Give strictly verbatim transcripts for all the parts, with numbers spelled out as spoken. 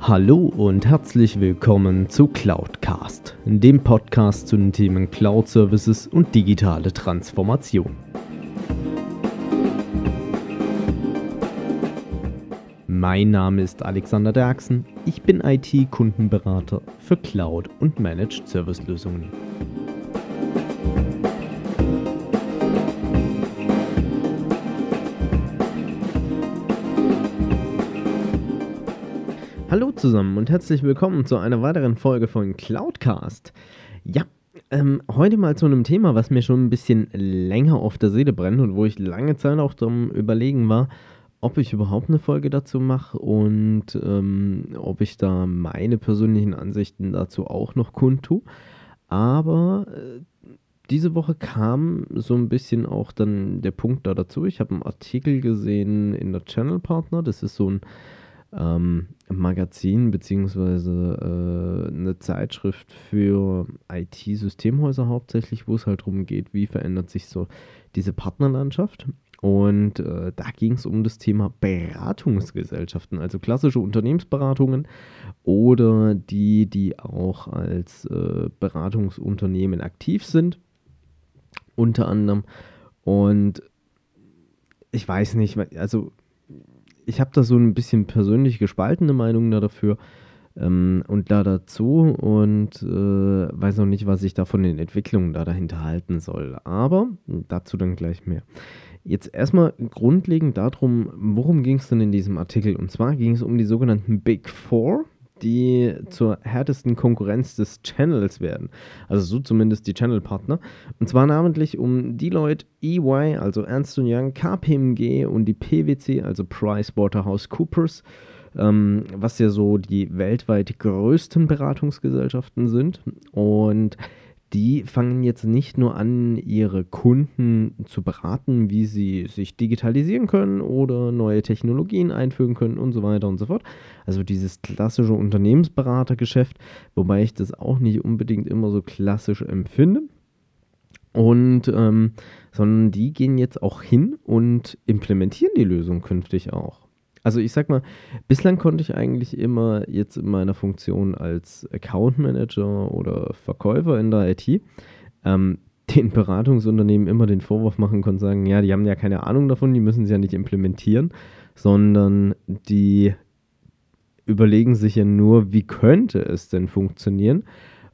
Hallo und herzlich willkommen zu Cloudcast, dem Podcast zu den Themen Cloud Services und digitale Transformation. Mein Name ist Alexander Derksen, ich bin I T-Kundenberater für Cloud- und Managed Service-Lösungen. Hallo zusammen und herzlich willkommen zu einer weiteren Folge von Cloudcast. Ja, ähm, heute mal zu einem Thema, was mir schon ein bisschen länger auf der Seele brennt und wo ich lange Zeit auch drum überlegen war, ob ich überhaupt eine Folge dazu mache und ähm, ob ich da meine persönlichen Ansichten dazu auch noch kundtue. Aber äh, diese Woche kam so ein bisschen auch dann der Punkt da dazu. Ich habe einen Artikel gesehen in der Channel Partner, das ist so ein ähm, Magazin beziehungsweise äh, eine Zeitschrift für I T-Systemhäuser hauptsächlich, wo es halt darum geht, wie verändert sich so diese Partnerlandschaft. Und äh, da ging es um das Thema Beratungsgesellschaften, also klassische Unternehmensberatungen oder die, die auch als äh, Beratungsunternehmen aktiv sind, unter anderem. Und ich weiß nicht, also ich habe da so ein bisschen persönlich gespaltene Meinungen da dafür ähm, und da dazu und äh, weiß noch nicht, was ich da von den Entwicklungen da dahinter halten soll. Aber dazu dann gleich mehr. Jetzt erstmal grundlegend darum, worum ging es denn in diesem Artikel? Und zwar ging es um die sogenannten Big Four, die zur härtesten Konkurrenz des Channels werden. Also so zumindest die Channel-Partner. Und zwar namentlich um Deloitte, E Y, also Ernst und Young, K P M G und die P W C, also PricewaterhouseCoopers, ähm, was ja so die weltweit größten Beratungsgesellschaften sind. Und die fangen jetzt nicht nur an, ihre Kunden zu beraten, wie sie sich digitalisieren können oder neue Technologien einführen können und so weiter und so fort. Also dieses klassische Unternehmensberatergeschäft, wobei ich das auch nicht unbedingt immer so klassisch empfinde. Und ähm, sondern die gehen jetzt auch hin und implementieren die Lösung künftig auch. Also ich sag mal, bislang konnte ich eigentlich immer jetzt in meiner Funktion als Account Manager oder Verkäufer in der I T ähm, den Beratungsunternehmen immer den Vorwurf machen und sagen, ja, die haben ja keine Ahnung davon, die müssen es ja nicht implementieren, sondern die überlegen sich ja nur, wie könnte es denn funktionieren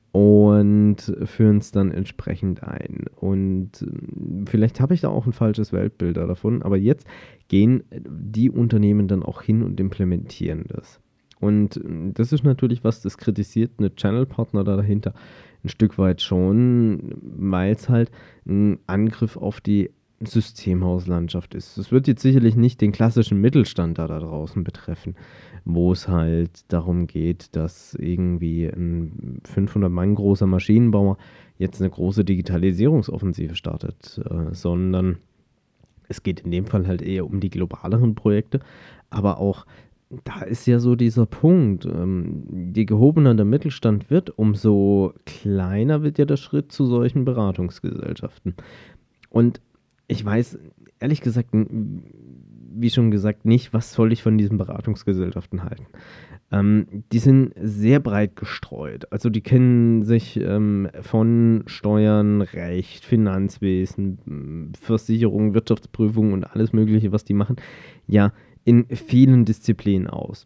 und führen es dann entsprechend ein. Und vielleicht habe ich da auch ein falsches Weltbild davon, aber jetzt gehen die Unternehmen dann auch hin und implementieren das. Und das ist natürlich was, das kritisiert eine Channel-Partner da dahinter ein Stück weit schon, weil es halt ein Angriff auf die Systemhauslandschaft ist. Es wird jetzt sicherlich nicht den klassischen Mittelstand da, da draußen betreffen, wo es halt darum geht, dass irgendwie ein fünfhundert Mann großer Maschinenbauer jetzt eine große Digitalisierungsoffensive startet, äh, sondern es geht in dem Fall halt eher um die globaleren Projekte, aber auch da ist ja so dieser Punkt, ähm, je gehobener der Mittelstand wird, umso kleiner wird ja der Schritt zu solchen Beratungsgesellschaften. Und ich weiß ehrlich gesagt, wie schon gesagt, nicht, was soll ich von diesen Beratungsgesellschaften halten. Ähm, die sind sehr breit gestreut. Also die kennen sich ähm, von Steuern, Recht, Finanzwesen, Versicherung, Wirtschaftsprüfung und alles Mögliche, was die machen, ja, in vielen Disziplinen aus.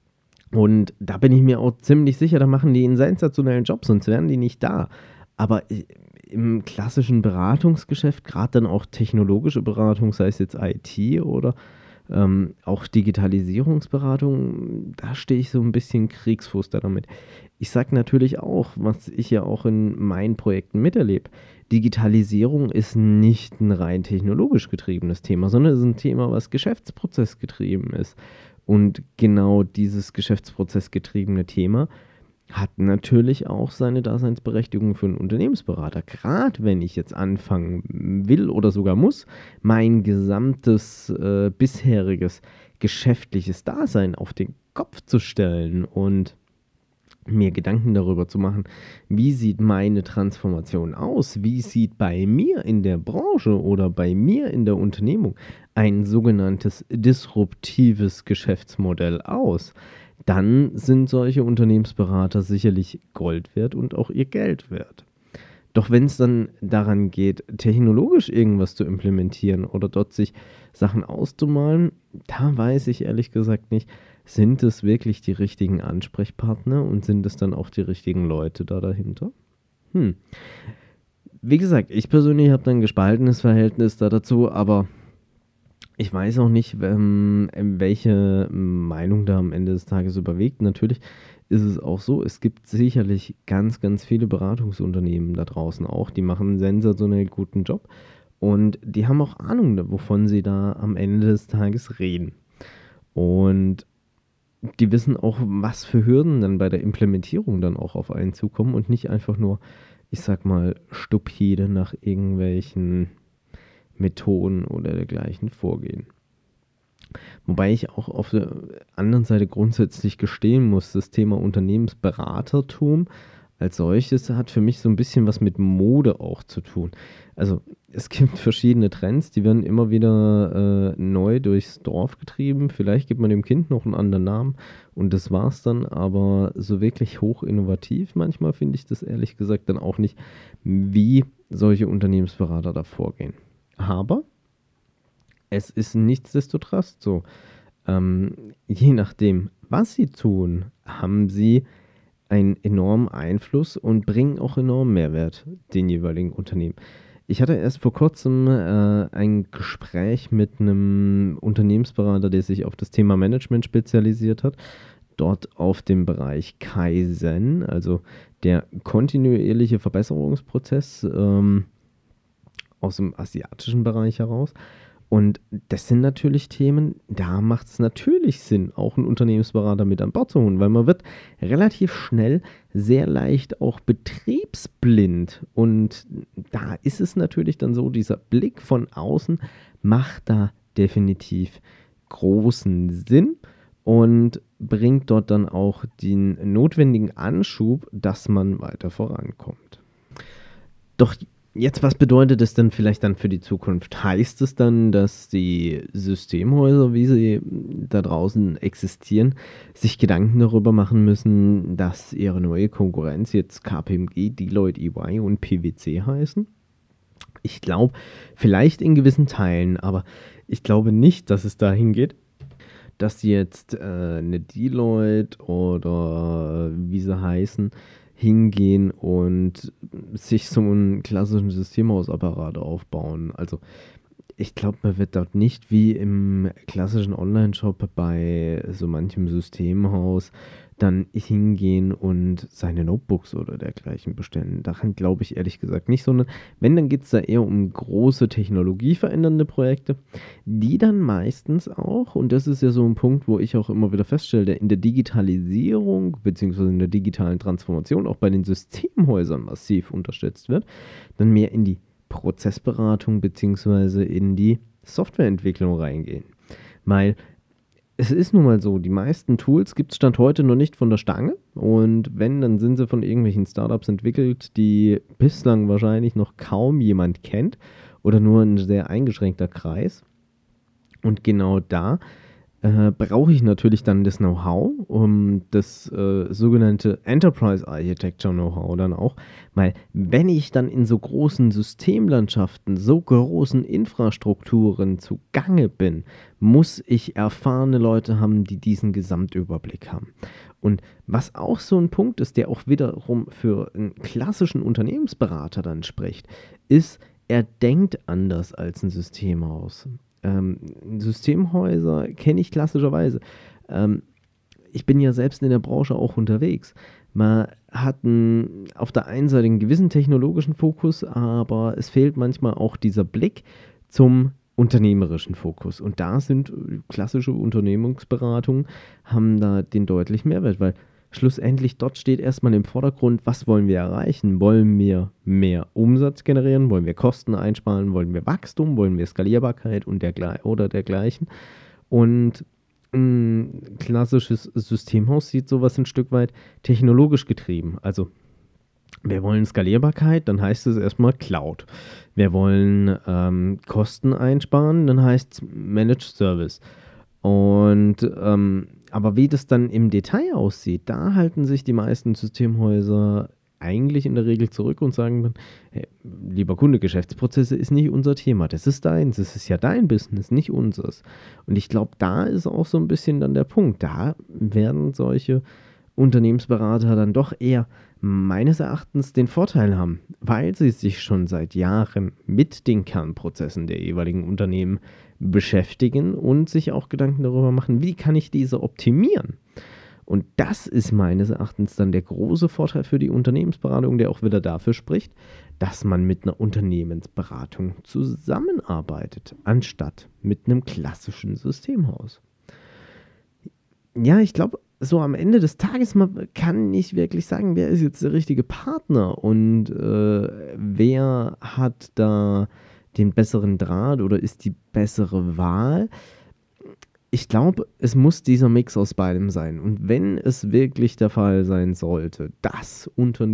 Und da bin ich mir auch ziemlich sicher, da machen die einen sensationellen Job, sonst wären die nicht da. Aber im klassischen Beratungsgeschäft, gerade dann auch technologische Beratung, sei es jetzt I T oder ähm, auch Digitalisierungsberatung, da stehe ich so ein bisschen Kriegsfuß da damit. Ich sage natürlich auch, was ich ja auch in meinen Projekten miterlebe, Digitalisierung ist nicht ein rein technologisch getriebenes Thema, sondern es ist ein Thema, was geschäftsprozessgetrieben ist. Und genau dieses geschäftsprozessgetriebene Thema hat natürlich auch seine Daseinsberechtigung für einen Unternehmensberater. Gerade wenn ich jetzt anfangen will oder sogar muss, mein gesamtes äh, bisheriges geschäftliches Dasein auf den Kopf zu stellen und mir Gedanken darüber zu machen, wie sieht meine Transformation aus, wie sieht bei mir in der Branche oder bei mir in der Unternehmung ein sogenanntes disruptives Geschäftsmodell aus. dann sind solche Unternehmensberater sicherlich Gold wert und auch ihr Geld wert. Doch wenn es dann daran geht, technologisch irgendwas zu implementieren oder dort sich Sachen auszumalen, da weiß ich ehrlich gesagt nicht, sind es wirklich die richtigen Ansprechpartner und sind es dann auch die richtigen Leute da dahinter? Hm. Wie gesagt, ich persönlich habe da ein gespaltenes Verhältnis da dazu, aber ich weiß auch nicht, ähm, welche Meinung da am Ende des Tages überwiegt. Natürlich ist es auch so, es gibt sicherlich ganz, ganz viele Beratungsunternehmen da draußen auch, die machen einen sensationell guten Job und die haben auch Ahnung, wovon sie da am Ende des Tages reden. Und die wissen auch, was für Hürden dann bei der Implementierung dann auch auf einen zukommen und nicht einfach nur, ich sag mal, stupide nach irgendwelchen Methoden oder dergleichen vorgehen. Wobei ich auch auf der anderen Seite grundsätzlich gestehen muss, das Thema Unternehmensberatertum als solches hat für mich so ein bisschen was mit Mode auch zu tun. Also es gibt verschiedene Trends, die werden immer wieder äh, neu durchs Dorf getrieben. Vielleicht gibt man dem Kind noch einen anderen Namen und das war's dann, aber so wirklich hoch innovativ manchmal finde ich das ehrlich gesagt dann auch nicht, wie solche Unternehmensberater da vorgehen. Aber es ist nichtsdestotrotz so, ähm, je nachdem, was sie tun, haben sie einen enormen Einfluss und bringen auch enormen Mehrwert den jeweiligen Unternehmen. Ich hatte erst vor kurzem äh, ein Gespräch mit einem Unternehmensberater, der sich auf das Thema Management spezialisiert hat, dort auf dem Bereich Kaizen, also der kontinuierliche Verbesserungsprozess ähm, aus dem asiatischen Bereich heraus. Und das sind natürlich Themen, da macht es natürlich Sinn, auch einen Unternehmensberater mit an Bord zu holen, weil man wird relativ schnell sehr leicht auch betriebsblind. Und da ist es natürlich dann so, dieser Blick von außen macht da definitiv großen Sinn und bringt dort dann auch den notwendigen Anschub, dass man weiter vorankommt. Doch jetzt, was bedeutet es denn vielleicht dann für die Zukunft? Heißt es dann, dass die Systemhäuser, wie sie da draußen existieren, sich Gedanken darüber machen müssen, dass ihre neue Konkurrenz jetzt K P M G, Deloitte, E Y und P W C heißen? Ich glaube, vielleicht in gewissen Teilen, aber ich glaube nicht, dass es dahin geht, dass jetzt äh, eine Deloitte oder äh, wie sie heißen, hingehen und sich so einen klassischen Systemhausapparat aufbauen. Also ich glaube, man wird dort nicht wie im klassischen Online-Shop bei so manchem Systemhaus dann hingehen und seine Notebooks oder dergleichen bestellen. Daran glaube ich ehrlich gesagt nicht, sondern wenn, dann geht es da eher um große technologieverändernde Projekte, die dann meistens auch, und das ist ja so ein Punkt, wo ich auch immer wieder feststelle, in der Digitalisierung bzw. in der digitalen Transformation auch bei den Systemhäusern massiv unterstützt wird, dann mehr in die Prozessberatung bzw. in die Softwareentwicklung reingehen. Weil es ist nun mal so, die meisten Tools gibt es Stand heute noch nicht von der Stange und wenn, dann sind sie von irgendwelchen Startups entwickelt, die bislang wahrscheinlich noch kaum jemand kennt oder nur ein sehr eingeschränkter Kreis. Und genau da äh, brauche ich natürlich dann das Know-how, um das äh, sogenannte Enterprise Architecture Know-how dann auch, weil wenn ich dann in so großen Systemlandschaften, so großen Infrastrukturen zugange bin, muss ich erfahrene Leute haben, die diesen Gesamtüberblick haben. Und was auch so ein Punkt ist, der auch wiederum für einen klassischen Unternehmensberater dann spricht, ist, er denkt anders als ein Systemhaus. Ähm, Systemhäuser kenne ich klassischerweise. Ähm, ich bin ja selbst in der Branche auch unterwegs. Man hat einen, auf der einen Seite einen gewissen technologischen Fokus, aber es fehlt manchmal auch dieser Blick zum unternehmerischen Fokus. Und da sind klassische Unternehmensberatungen, haben da den deutlichen Mehrwert, weil schlussendlich dort steht erstmal im Vordergrund, was wollen wir erreichen? Wollen wir mehr Umsatz generieren? Wollen wir Kosten einsparen? Wollen wir Wachstum? Wollen wir Skalierbarkeit und dergle- oder dergleichen? Und ein klassisches Systemhaus sieht sowas ein Stück weit technologisch getrieben. Also wir wollen Skalierbarkeit, dann heißt es erstmal Cloud. Wir wollen ähm, Kosten einsparen, dann heißt es Managed Service. Und ähm, aber wie das dann im Detail aussieht, da halten sich die meisten Systemhäuser eigentlich in der Regel zurück und sagen dann, hey, lieber Kunde, Geschäftsprozesse ist nicht unser Thema, das ist deins, das ist ja dein Business, nicht unseres. Und ich glaube, da ist auch so ein bisschen dann der Punkt, da werden solche Unternehmensberater dann doch eher meines Erachtens den Vorteil haben, weil sie sich schon seit Jahren mit den Kernprozessen der jeweiligen Unternehmen beschäftigen und sich auch Gedanken darüber machen, wie kann ich diese optimieren. Und das ist meines Erachtens dann der große Vorteil für die Unternehmensberatung, der auch wieder dafür spricht, dass man mit einer Unternehmensberatung zusammenarbeitet, anstatt mit einem klassischen Systemhaus. Ja, ich glaube, so am Ende des Tages, man kann nicht wirklich sagen, wer ist jetzt der richtige Partner und äh, wer hat da den besseren Draht oder ist die bessere Wahl. Ich glaube, es muss dieser Mix aus beidem sein. Und wenn es wirklich der Fall sein sollte, dass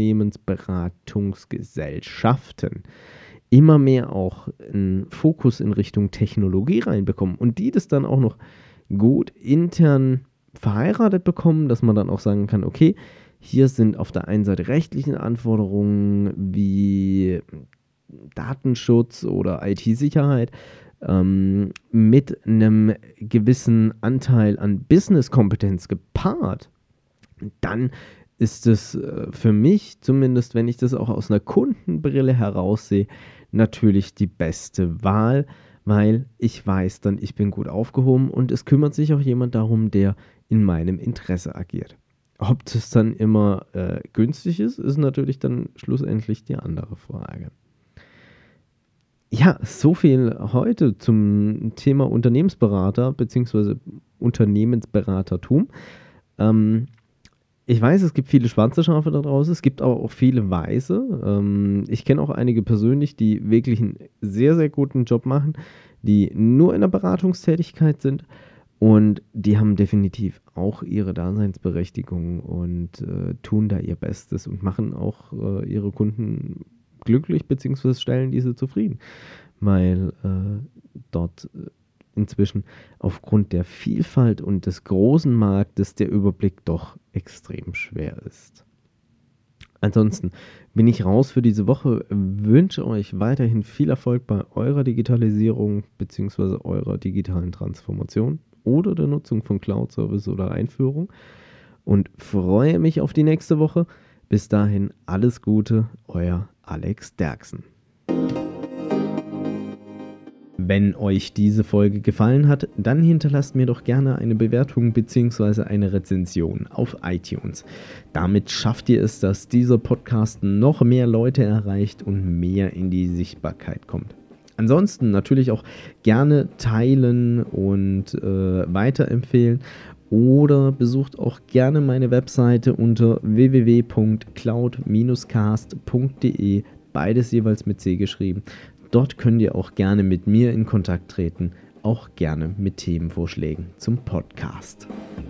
Unternehmensberatungsgesellschaften immer mehr auch einen Fokus in Richtung Technologie reinbekommen und die das dann auch noch gut intern verheiratet bekommen, dass man dann auch sagen kann, okay, hier sind auf der einen Seite rechtliche Anforderungen wie Datenschutz oder I T-Sicherheit ähm, mit einem gewissen Anteil an Business-Kompetenz gepaart, dann ist es äh, für mich, zumindest wenn ich das auch aus einer Kundenbrille heraussehe, natürlich die beste Wahl, weil ich weiß dann, ich bin gut aufgehoben und es kümmert sich auch jemand darum, der in meinem Interesse agiert. Ob das dann immer äh, günstig ist, ist natürlich dann schlussendlich die andere Frage. Ja, so viel heute zum Thema Unternehmensberater bzw. Unternehmensberatertum. Ähm, ich weiß, es gibt viele schwarze Schafe da draußen, es gibt aber auch viele weiße. Ähm, ich kenne auch einige persönlich, die wirklich einen sehr, sehr guten Job machen, die nur in der Beratungstätigkeit sind und die haben definitiv auch ihre Daseinsberechtigung und äh, tun da ihr Bestes und machen auch äh, ihre Kunden glücklich bzw. stellen diese zufrieden, weil äh, dort äh, inzwischen aufgrund der Vielfalt und des großen Marktes der Überblick doch extrem schwer ist. Ansonsten bin ich raus für diese Woche, wünsche euch weiterhin viel Erfolg bei eurer Digitalisierung bzw. eurer digitalen Transformation oder der Nutzung von Cloud-Service oder Einführung und freue mich auf die nächste Woche. Bis dahin alles Gute, euer Alex Derksen. Wenn euch diese Folge gefallen hat, dann hinterlasst mir doch gerne eine Bewertung bzw. eine Rezension auf iTunes. Damit schafft ihr es, dass dieser Podcast noch mehr Leute erreicht und mehr in die Sichtbarkeit kommt. Ansonsten natürlich auch gerne teilen und äh, weiterempfehlen oder besucht auch gerne meine Webseite unter w w w punkt cloud Bindestrich cast punkt d e, beides jeweils mit C geschrieben. Dort könnt ihr auch gerne mit mir in Kontakt treten, auch gerne mit Themenvorschlägen zum Podcast.